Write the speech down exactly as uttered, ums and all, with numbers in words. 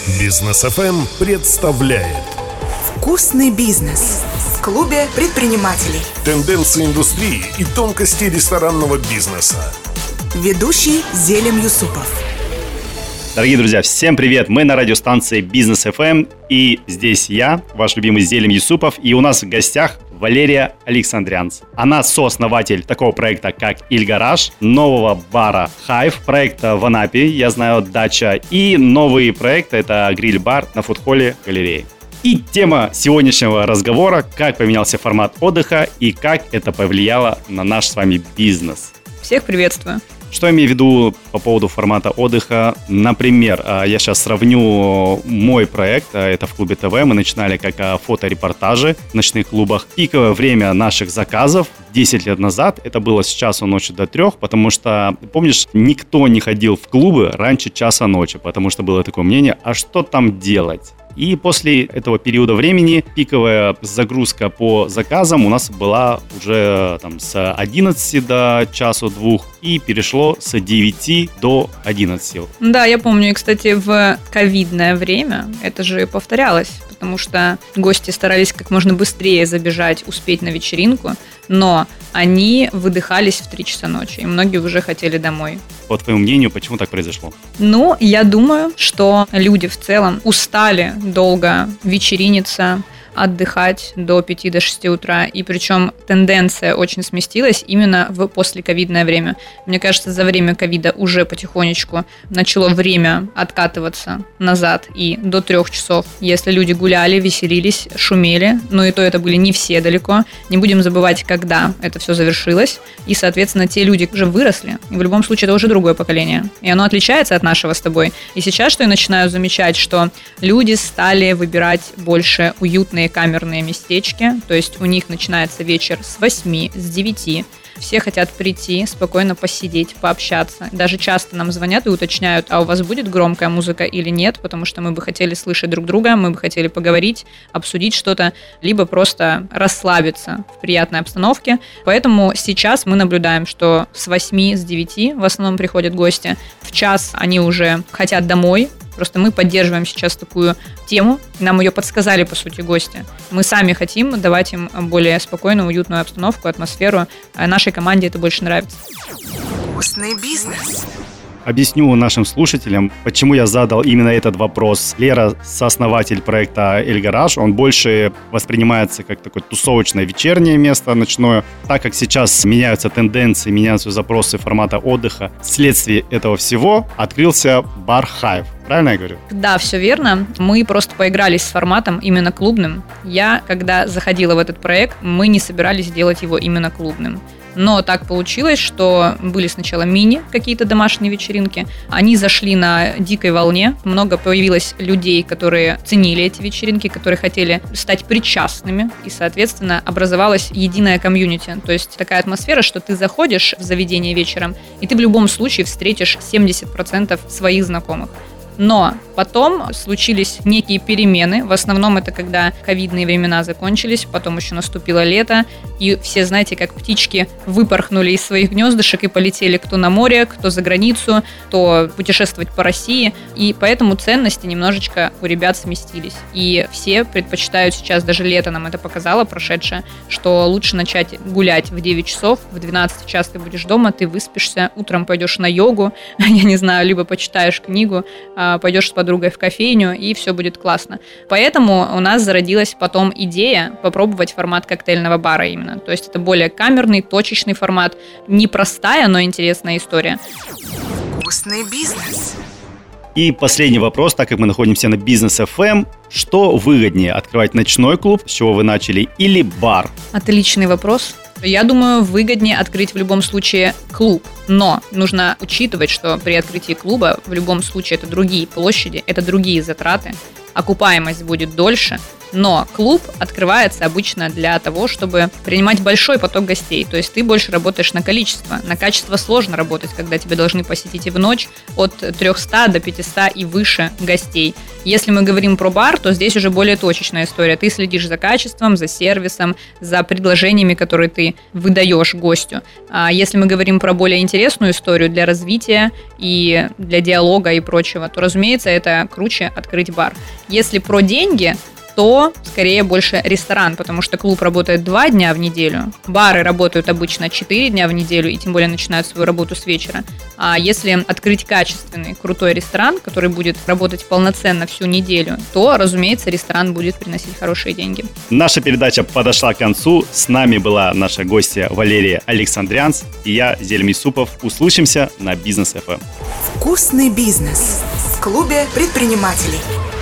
Бизнес эф эм представляет Вкусный бизнес в клубе предпринимателей. Тенденции индустрии и тонкости ресторанного бизнеса. Ведущий Зелим Юсупов. Дорогие друзья, всем привет! Мы на радиостанции Бизнес эф эм, и здесь я, ваш любимый Зелим Юсупов, и у нас в гостях Валерия Александрянц. Она сооснователь такого проекта, как Иль-Гараж, нового бара Хайв, проекта в Анапе, я знаю, дача, и новый проект — это гриль-бар на фудхолле галереи. И тема сегодняшнего разговора — как поменялся формат отдыха и как это повлияло на наш с вами бизнес. Всех приветствую. Что я имею в виду по поводу формата отдыха? Например, я сейчас сравню мой проект, это в клубе ТВ. Мы начинали как фоторепортажи в ночных клубах. Пиковое время наших заказов десять лет назад, это было с часу ночи до трех, потому что, помнишь, никто не ходил в клубы раньше часа ночи, потому что было такое мнение, а что там делать? И после этого периода времени пиковая загрузка по заказам у нас была уже там, с одиннадцати до часу-двух и перешло с девяти до одиннадцати. Да, я помню, и, кстати, в ковидное время это же повторялось, потому что гости старались как можно быстрее забежать, успеть на вечеринку, но они выдыхались в три часа ночи, и многие уже хотели домой. По твоему мнению, почему так произошло? Ну, я думаю, что люди в целом устали долго вечериниться, отдыхать до пяти до шести утра, и причем тенденция очень сместилась именно в послековидное время. Мне кажется, за время ковида уже потихонечку начало время откатываться назад, и до трех часов, если люди гуляли, веселились, шумели, но и то это были не все далеко, не будем забывать, когда это все завершилось, и, соответственно, те люди уже выросли, и в любом случае это уже другое поколение, и оно отличается от нашего с тобой. И сейчас, что я начинаю замечать, что люди стали выбирать больше уютные камерные местечки, то есть у них начинается вечер с восьми, с девяти. Все хотят прийти, спокойно посидеть, пообщаться. Даже часто нам звонят и уточняют, а у вас будет громкая музыка или нет, потому что мы бы хотели слышать друг друга, мы бы хотели поговорить, обсудить что-то, либо просто расслабиться в приятной обстановке. Поэтому сейчас мы наблюдаем, что с восьми, с девяти в основном приходят гости. В час они уже хотят домой. Просто мы поддерживаем сейчас такую тему, нам ее подсказали, по сути, гости. Мы сами хотим давать им более спокойную, уютную обстановку, атмосферу. А нашей команде это больше нравится. Вкусный бизнес. Объясню нашим слушателям, почему я задал именно этот вопрос. Лера, сооснователь проекта Иль-Гараж, он больше воспринимается как такое тусовочное вечернее место ночное. Так как сейчас меняются тенденции, меняются запросы формата отдыха, вследствие этого всего открылся бар Хайв. Правильно я говорю? Да, все верно. Мы просто поигрались с форматом именно клубным. Я, когда заходила в этот проект, мы не собирались делать его именно клубным. Но так получилось, что были сначала мини какие-то домашние вечеринки. Они зашли на дикой волне. Много появилось людей, которые ценили эти вечеринки, которые хотели стать причастными. И, соответственно, образовалась единая комьюнити. То есть такая атмосфера, что ты заходишь в заведение вечером, и ты в любом случае встретишь семьдесят процентов своих знакомых. Но потом случились некие перемены. В основном это когда ковидные времена закончились, потом еще наступило лето, и все, знаете, как птички выпорхнули из своих гнездышек и полетели кто на море, кто за границу, кто путешествовать по России. И поэтому ценности немножечко у ребят сместились. И все предпочитают сейчас, даже лето нам это показало, прошедшее, что лучше начать гулять в девять часов, в двенадцать час ты будешь дома, ты выспишься, утром пойдешь на йогу, я не знаю, либо почитаешь книгу, пойдешь с подругой в кофейню, и все будет классно. Поэтому у нас зародилась потом идея попробовать формат коктейльного бара именно. То есть это более камерный, точечный формат. Непростая, но интересная история. Вкусный бизнес. И последний вопрос, так как мы находимся на Бизнес эф эм. Что выгоднее, открывать ночной клуб, с чего вы начали, или бар? Отличный вопрос. Я думаю, выгоднее открыть в любом случае клуб. Но нужно учитывать, что при открытии клуба в любом случае это другие площади, это другие затраты. Окупаемость будет дольше, Но клуб открывается обычно для того, чтобы принимать большой поток гостей. То есть ты больше работаешь на количество. На качество сложно работать, когда тебе должны посетить и в ночь от трехсот до пятисот и выше гостей. Если мы говорим про бар, то здесь уже более точечная история. Ты следишь за качеством, за сервисом, за предложениями, которые ты выдаешь гостю. А если мы говорим про более интересную историю для развития и для диалога и прочего, то, разумеется, это круче открыть бар. Если про деньги, то скорее больше ресторан, потому что клуб работает два дня в неделю, бары работают обычно четыре дня в неделю и тем более начинают свою работу с вечера. А если открыть качественный, крутой ресторан, который будет работать полноценно всю неделю, то, разумеется, ресторан будет приносить хорошие деньги. Наша передача подошла к концу. С нами была наша гостья Валерия Александрянц и я, Зелим Юсупов. Услышимся на Бизнес эф эм. Вкусный бизнес в клубе предпринимателей.